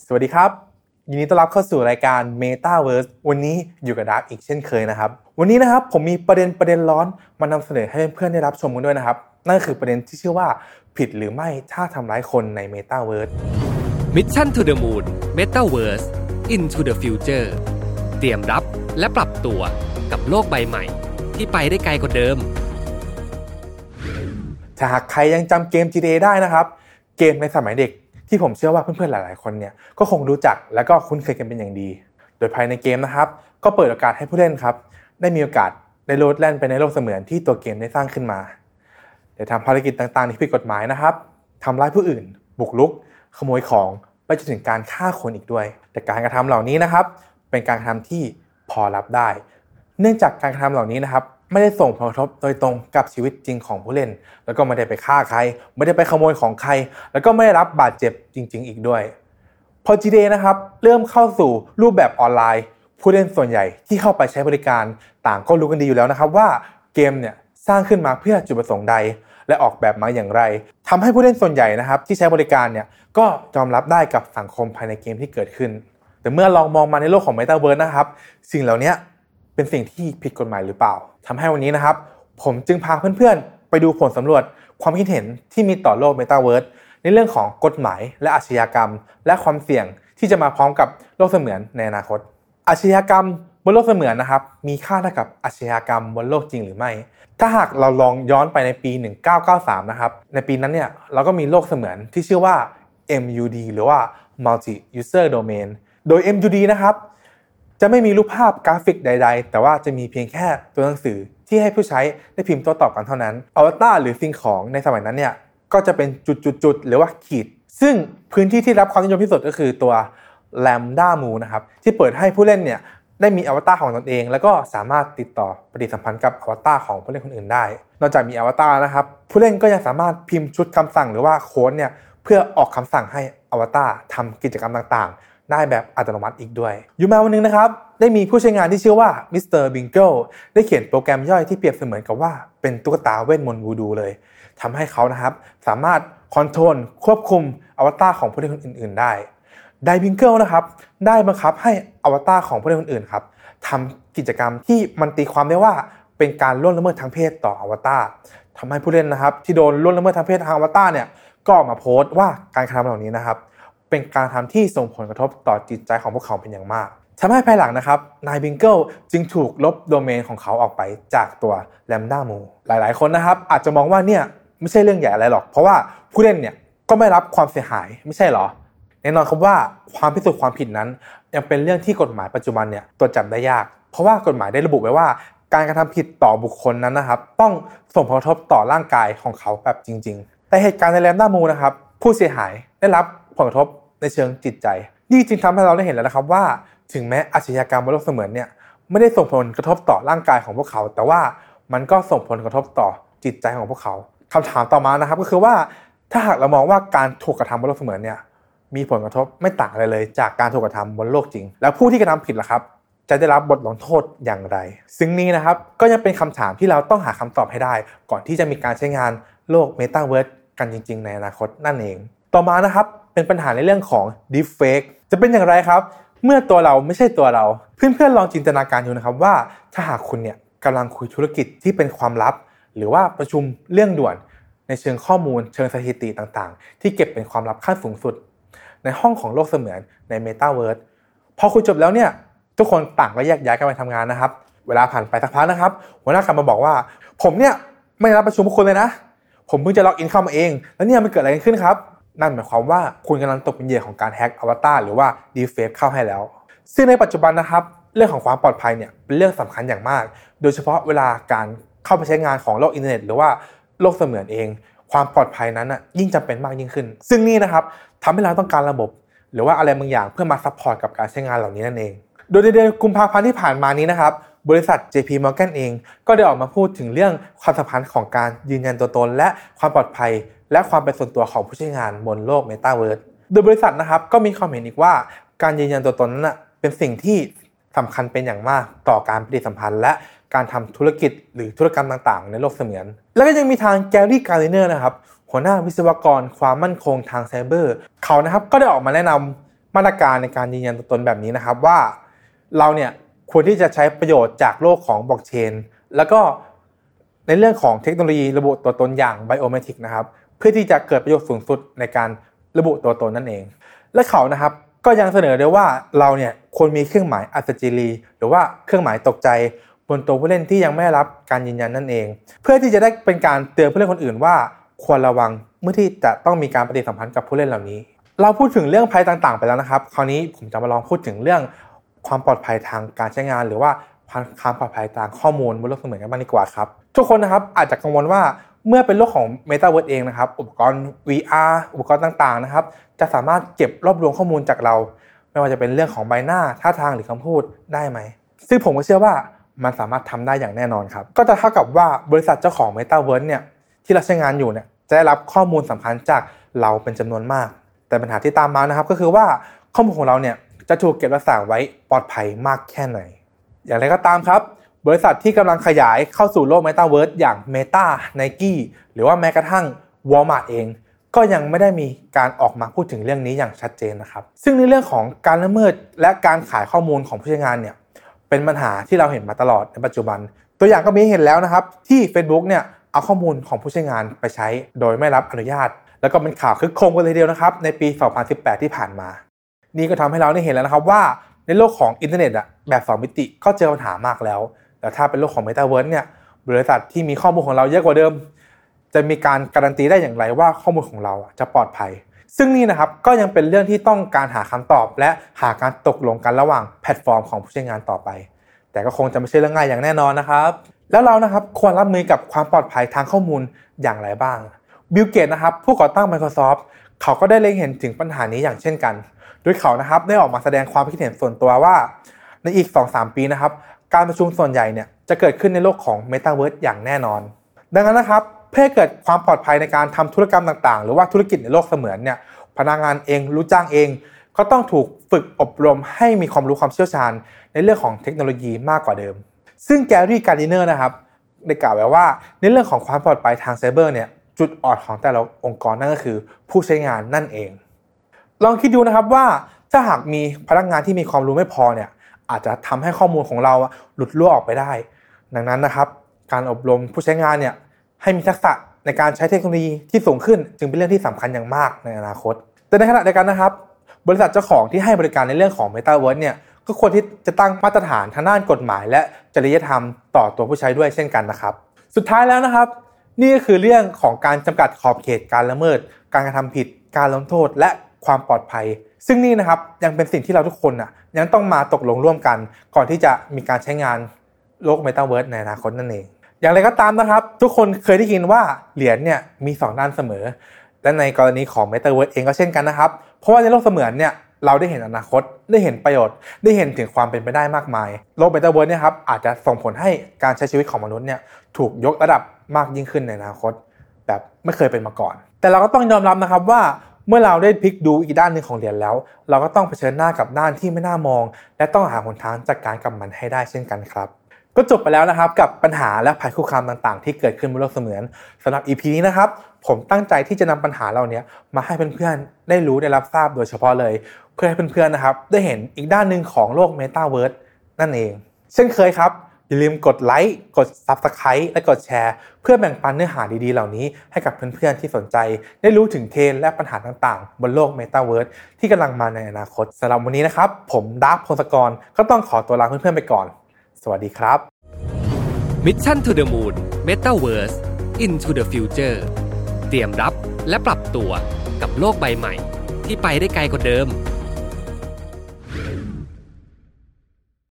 สวัสดีครับยินดีต้อนรับเข้าสู่รายการ Metaverse วันนี้อยู่กับดาร์กอีกเช่นเคยนะครับวันนี้นะครับผมมีประเด็นร้อนมานำเสนอให้เพื่อนๆได้รับชมกันด้วยนะครับนั่นคือประเด็นที่ชื่อว่าผิดหรือไม่ถ้าทำร้ายคนใน Metaverse Mission to the Moon Metaverse Into the Future เตรียมรับและปรับตัวกับโลกใบใหม่ที่ไปได้ไกลกว่าเดิมถ้าหากใครยังจำเกม GTA ได้นะครับเกมในสมัยเด็กที่ผมเชื่อว่าเพื่อนๆหลายๆคนเนี่ยก็คงรู้จักและก็คุ้นเคยกันเป็นอย่างดีโดยภายในเกมนะครับก็เปิดโอกาสให้ผู้เล่นครับได้มีโอกาสได้โลดแล่นไปในโลกเสมือนที่ตัวเกมได้สร้างขึ้นมาได้ทำภารกิจต่างๆที่ผิดกฎหมายนะครับทำร้ายผู้อื่นบุกรุกขโมยของไปจนถึงการฆ่าคนอีกด้วยแต่การกระทำเหล่านี้นะครับเป็นการกระทำที่พอรับได้เนื่องจากการกระทำเหล่านี้นะครับไม่ได้ส่งผลกระทบโดยตรงกับชีวิตจริงของผู้เล่นแล้วก็ไม่ได้ไปฆ่าใครไม่ได้ไปขโมยของใครแล้วก็ไม่ได้รับบาดเจ็บจริงๆอีกด้วยพอ GTA นะครับเริ่มเข้าสู่รูปแบบออนไลน์ผู้เล่นส่วนใหญ่ที่เข้าไปใช้บริการต่างก็รู้กันดีอยู่แล้วนะครับว่าเกมเนี่ยสร้างขึ้นมาเพื่อจุดประสงค์ใดและออกแบบมาอย่างไรทำให้ผู้เล่นส่วนใหญ่นะครับที่ใช้บริการเนี่ยก็ยอมรับได้กับสังคมภายในเกมที่เกิดขึ้นแต่เมื่อลองมองมาในโลกของ Metaverse นะครับสิ่งเหล่านี้เป็นสิ่งที่ผิดกฎหมายหรือเปล่าทำให้วันนี้นะครับผมจึงพาเพื่อนๆไปดูผลสำรวจความคิดเห็นที่มีต่อโลก Metaverse ในเรื่องของกฎหมายและอาชญากรรมและความเสี่ยงที่จะมาพร้อมกับโลกเสมือนในอนาคตอาชญากรรมบนโลกเสมือนนะครับมีค่าเท่ากับอาชญากรรมบนโลกจริงหรือไม่ถ้าหากเราลองย้อนไปในปี1993นะครับในปีนั้นเนี่ยเราก็มีโลกเสมือนที่ชื่อว่า MUD หรือว่า Multi User Domain โดย MUD นะครับจะไม่มีรูปภาพกราฟิกใดๆแต่ว่าจะมีเพียงแค่ตัวหนังสือที่ให้ผู้ใช้ได้พิมพ์โต้ตอบกันเท่านั้นอวตารหรือสิ่งของในสมัยนั้นเนี่ยก็จะเป็นจุดๆหรือว่าขีดซึ่งพื้นที่ที่รับความนิยมที่สุดก็คือตัว Lambda Moon นะครับที่เปิดให้ผู้เล่นเนี่ยได้มีอวตารของตนเองแล้วก็สามารถติดต่อปฏิสัมพันธ์กับอวตารของผู้เล่นคนอื่นได้นอกจากมีอวตารนะครับผู้เล่นก็ยังสามารถพิมพ์ชุดคำสั่งหรือว่าโค้ดเนี่ยเพื่อออกคำสั่งให้อวตารทำกิจกรรมต่างๆได้แบบอัตโนมัติอีกด้วยอยู่มาวันนึงนะครับได้มีผู้ใช้งานที่ชื่อว่ามิสเตอร์บิงเกิลได้เขียนโปรแกรมย่อยที่เปรียบเสมือนกับว่าเป็นตุ๊กตาเวทมนต์วูดูเลยทำให้เขานะครับสามารถคอนโทรลควบคุมอวตารของผู้เล่นคนอื่นๆได้ไดบิงเกิลนะครับได้บังคับให้อวตารของผู้เล่นคนอื่นครับทำกิจกรรมที่มันตีความได้ว่าเป็นการล่วงละเมิดทางเพศต่ออวตารทำให้ผู้เล่นนะครับที่โดนล่วงละเมิดทางเพศทางอวตารเนี่ยก็ออกมาโพสต์ว่าการกระทำเหล่านี้นะครับเป็นการทำที่ส่งผลกระทบต่อจิตใจของพวกเขาเป็นอย่างมากทำให้ภายหลังนะครับนายบิงเกิลจึงถูกลบโดเมนของเขาออกไปจากตัว Lambda Moon หลายๆคนนะครับอาจจะมองว่าเนี่ยไม่ใช่เรื่องใหญ่อะไรหรอกเพราะว่าผู้เล่นเนี่ยก็ไม่รับความเสียหายไม่ใช่หรอแน่นอนครับว่าความพิสูจน์ความผิดนั้นยังเป็นเรื่องที่กฎหมายปัจจุบันเนี่ยตรวจจับได้ยากเพราะว่ากฎหมายได้ระบุไว้ว่าการกระทำผิดต่อบุคคลนั้นนะครับต้องส่งผลกระทบต่อร่างกายของเขาแบบจริงๆแต่เหตุการณ์ใน Lambda Moon นะครับผู้เสียหายได้รับผลกระทบในเชิงจิตใจนี่จึงทำให้เราได้เห็นแล้วนะครับว่าถึงแม้อาชญากรรมบนโลกเสมือนเนี่ยไม่ได้ส่งผลกระทบต่อร่างกายของพวกเขาแต่ว่ามันก็ส่งผลกระทบต่อจิตใจของพวกเขาคำถามต่อมานะครับก็คือว่าถ้าหากเรามองว่าการถูกกระทำบนโลกเสมือนเนี่ยมีผลกระทบไม่ต่างอะไรเลยจากการถูกกระทำบนโลกจริงแล้วผู้ที่กระทำผิดล่ะครับจะได้รับบทลงโทษอย่างไรซึ่งนี้นะครับก็ยังเป็นคำถามที่เราต้องหาคำตอบให้ได้ก่อนที่จะมีการใช้งานโลก Metaverse กันจริงๆในอนาคตนั่นเองต่อมานะครับเป็นปัญหาในเรื่องของ Deepfake จะเป็นอย่างไรครับเมื่อตัวเราไม่ใช่ตัวเราเพื่อนๆลองจินตนาการดูนะครับว่าถ้าหากคุณเนี่ยกำลังคุยธุรกิจที่เป็นความลับหรือว่าประชุมเรื่องด่วนในเชิงข้อมูลเชิงสถิติต่างๆที่เก็บเป็นความลับขั้นสูงสุดในห้องของโลกเสมือนใน Metaverse พอคุยจบแล้วเนี่ยทุกคนต่างก็แยกย้ายกันไปทำงานนะครับเวลาผ่านไปสักพักนะครับหัวหน้ากลับมาบอกว่าผมเนี่ยไม่ได้รับประชุมพวกคุณเลยนะผมเพิ่งจะล็อกอินเข้ามาเองแล้วเนี่ยมันเกิดอะไรขึ้นครับนั่นหมายความว่าคุณกำลังตกเป็นเหยื่อของการแฮ็กอวตารหรือว่า Deepfake เข้าให้แล้วซึ่งในปัจจุบันนะครับเรื่องของความปลอดภัยเนี่ยเป็นเรื่องสำคัญอย่างมากโดยเฉพาะเวลาการเข้าไปใช้งานของโลกอินเทอร์เน็ตหรือว่าโลกเสมือนเองความปลอดภัยนั้นยิ่งจำเป็นมากยิ่งขึ้นซึ่งนี่นะครับทำให้เราต้องการระบบหรือว่าอะไรบางอย่างเพื่อมาซัพพอร์ตกับการใช้งานเหล่านี้นั่นเองโดยในเดือนกุมภาพันธ์ที่ผ่านมานี้นะครับบริษัท JP Morgan เองก็ได้ออกมาพูดถึงเรื่องความสัมพันธ์ของการยืนยันตัวตนและความปลอดภัยและความเป็นส่วนตัวของผู้ใช้งานบนโลก Metaverse โดยบริษัทนะครับก็มีความเห็นอีกว่าการยืนยันตัวตนนั้นเป็นสิ่งที่สำคัญเป็นอย่างมากต่อการปฏิสัมพันธ์และการทำธุรกิจหรือธุรกรรมต่างๆในโลกเสมือนแล้วก็ยังมีทางแกรี่การ์เนอร์นะครับหัวหน้าวิศวกรความมั่นคงทางไซเบอร์เขานะครับก็ได้ออกมาแนะนำมาตรการในการยืนยันตัวตนแบบนี้นะครับว่าเราเนี่ยควรที่จะใช้ประโยชน์จากโลกของบล็อกเชนแล้วก็ในเรื่องของเทคโนโลยีระบุตัวตนอย่างไบโอเมตริกนะครับเพื่อที่จะเกิดประโยชน์สูงสุดในการระบุตัวตนนั่นเองและเขานะครับก็ยังเสนอด้วยว่าเราเนี่ยควรมีเครื่องหมายอัศจิรีหรือว่าเครื่องหมายตกใจบนตัวผู้เล่นที่ยังไม่ได้รับการยืนยันนั่นเองเพื่อที่จะได้เป็นการเตือนผู้เล่นคนอื่นว่าควรระวังเมื่อที่จะต้องมีการปฏิสัมพันธ์กับผู้เล่นเหล่านี้เราพูดถึงเรื่องภัยต่างๆไปแล้วนะครับคราวนี้ผมจะมาลองพูดถึงเรื่องความปลอดภัยทางการใช้งานหรือว่าความปลอดภัยทางข้อมูลบนโลกเสมือนกันบ้างดีกว่าครับทุกคนนะครับอาจจะกังวลว่าเมื่อเป็นโลกของ Metaverse เองนะครับอุปกรณ์ VR อุปกรณ์ต่างๆนะครับจะสามารถเก็บรวบรวมข้อมูลจากเราไม่ว่าจะเป็นเรื่องของใบหน้าท่าทางหรือคำพูดได้ไหมซึ่งผมก็เชื่อว่ามันสามารถทำได้อย่างแน่นอนครับก็จะเท่ากับว่าบริษัทเจ้าของ Metaverse เนี่ยที่เราใช้งานอยู่เนี่ยจะได้รับข้อมูลสำคัญจากเราเป็นจำนวนมากแต่ปัญหาที่ตามมานะครับก็คือว่าข้อมูลของเราเนี่ยจะถูกเก็บรักษาไว้ปลอดภัยมากแค่ไหนอย่างไรก็ตามครับบริษัทที่กำลังขยายเข้าสู่โลก Metaverse อย่าง Meta, Nike หรือว่าแม้กระทั่ง Walmart เองก็ยังไม่ได้มีการออกมาพูดถึงเรื่องนี้อย่างชัดเจนนะครับซึ่งในเรื่องของการละเมิดและการขายข้อมูลของผู้ใช้งานเนี่ยเป็นปัญหาที่เราเห็นมาตลอดในปัจจุบันตัวอย่างก็มีเห็นแล้วนะครับที่ Facebook เนี่ยเอาข้อมูลของผู้ใช้งานไปใช้โดยไม่รับอนุญาตแล้วก็เป็นข่าวคึกโครมกันเลยทีเดียวนะครับในปี 2018 ที่ผ่านมานี่ก็ทำให้เราได้เห็นแล้วนะครับว่าในโลกของอินเทอร์เน็ตแบบ2มิติก็เจอปัญหามากแล้วแต่ถ้าเป็นโลกของ Metaverse เนี่ยบริษัทที่มีข้อมูลของเราเยอะกว่าเดิมจะมีการการันตีได้อย่างไรว่าข้อมูลของเราจะปลอดภัยซึ่งนี่นะครับก็ยังเป็นเรื่องที่ต้องการหาคำตอบและหาการตกลงกันระหว่างแพลตฟอร์มของผู้ใช้งานต่อไปแต่ก็คงจะไม่ใช่เรื่องง่ายอย่างแน่นอนนะครับแล้วเรานะครับควรรับมือกับความปลอดภัยทางข้อมูลอย่างไรบ้างบิลเกตนะครับผู้ก่อตั้ง Microsoft เขาก็ได้เล็งเห็นถึงปัญหานี้อย่างเช่นกันโดยเขานะครับได้ออกมาแสดงความคิดเห็นส่วนตัวว่าในอีก 2-3 ปีนะครับการประชุมส่วนใหญ่เนี่ยจะเกิดขึ้นในโลกของ Metaverse อย่างแน่นอนดังนั้นนะครับเพื่อให้เกิดความปลอดภัยในการทำธุรกรรมต่างๆหรือว่าธุรกิจในโลกเสมือนเนี่ยพนักงานเองรู้จ้างเองก็ต้องถูกฝึกอบรมให้มีความรู้ความเชี่ยวชาญในเรื่องของเทคโนโลยีมากกว่าเดิมซึ่งแกรี่ การ์ดิเนอร์นะครับได้กล่าวไว้ว่าในเรื่องของความปลอดภัยทางไซเบอร์เนี่ยจุดอ่อนของแต่ละองค์กรนั่นก็คือผู้ใช้งานนั่นเองลองคิดดูนะครับว่าถ้าหากมีพนักงานที่มีความรู้ไม่พอเนี่ยอาจจะทำให้ข้อมูลของเราหลุดรั่วออกไปได้ดังนั้นนะครับการอบรมผู้ใช้งานเนี่ยให้มีทักษะในการใช้เทคโนโลยีที่สูงขึ้นจึงเป็นเรื่องที่สำคัญอย่างมากในอนาคตแต่ในขณะเดียวกันนะครับบริษัทเจ้าของที่ให้บริการในเรื่องของ Metaverse เนี่ยก็ควรที่จะตั้งมาตรฐานทางด้านกฎหมายและจริยธรรมต่อตัวผู้ใช้ด้วยเช่นกันนะครับสุดท้ายแล้วนะครับนี่ก็คือเรื่องของการจำกัดขอบเขตการละเมิดการกระทำผิดการลงโทษและความปลอดภัยซึ่งนี่นะครับยังเป็นสิ่งที่เราทุกคนยังต้องมาตกลงร่วมกันก่อนที่จะมีการใช้งานโลก Metaverse ในอนาคตนั่นเองอย่างไรก็ตามนะครับทุกคนเคยได้ยินว่าเหรียญเนี่ยมี2ด้านเสมอและในกรณีของ Metaverse เองก็เช่นกันนะครับเพราะว่าในโลกเสมือนเนี่ยเราได้เห็นอนาคตได้เห็นประโยชน์ได้เห็นถึงความเป็นไปได้มากมายโลก Metaverse เนี่ยครับอาจจะส่งผลให้การใช้ชีวิตของมนุษย์เนี่ยถูกยกระดับมากยิ่งขึ้นในอนาคตแบบไม่เคยเป็นมาก่อนแต่เราก็ต้องยอมรับนะครับว่าเมื่อเราได้พลิกดูอีกด้านนึงของเหรียญแล้วเราก็ต้องเผชิญหน้ากับด้านที่ไม่น่ามองและต้องหาหนทางจัดการกับมันให้ได้เช่นกันครับก็จบไปแล้วนะครับกับปัญหาและภัยคุกคามต่างๆที่เกิดขึ้นบนโลกเสมือนสำหรับ EP นี้นะครับผมตั้งใจที่จะนำปัญหาเหล่านี้มาให้เพื่อนๆได้รู้ได้รับทราบโดยเฉพาะเลยเพื่อให้เพื่อนๆนะครับได้เห็นอีกด้านนึงของโลก Metaverse นั่นเองเช่นเคยครับอย่าลืมกดไลค์กด Subscribe และกดแชร์เพื่อแบ่งปันเนื้อหาดีๆเหล่านี้ให้กับเพื่อนๆที่สนใจได้รู้ถึงเทรนด์และปัญหาต่างๆบนโลก Metaverse ที่กำลังมาในอนาคตสำหรับวันนี้นะครับผมดาร์ค พงศกรก็ต้องขอตัวลาเพื่อนๆไปก่อนสวัสดีครับ Mission to the Moon Metaverse Into the Future เตรียมรับและปรับตัวกับโลกใบใหม่ที่ไปได้ไกลกว่าเดิม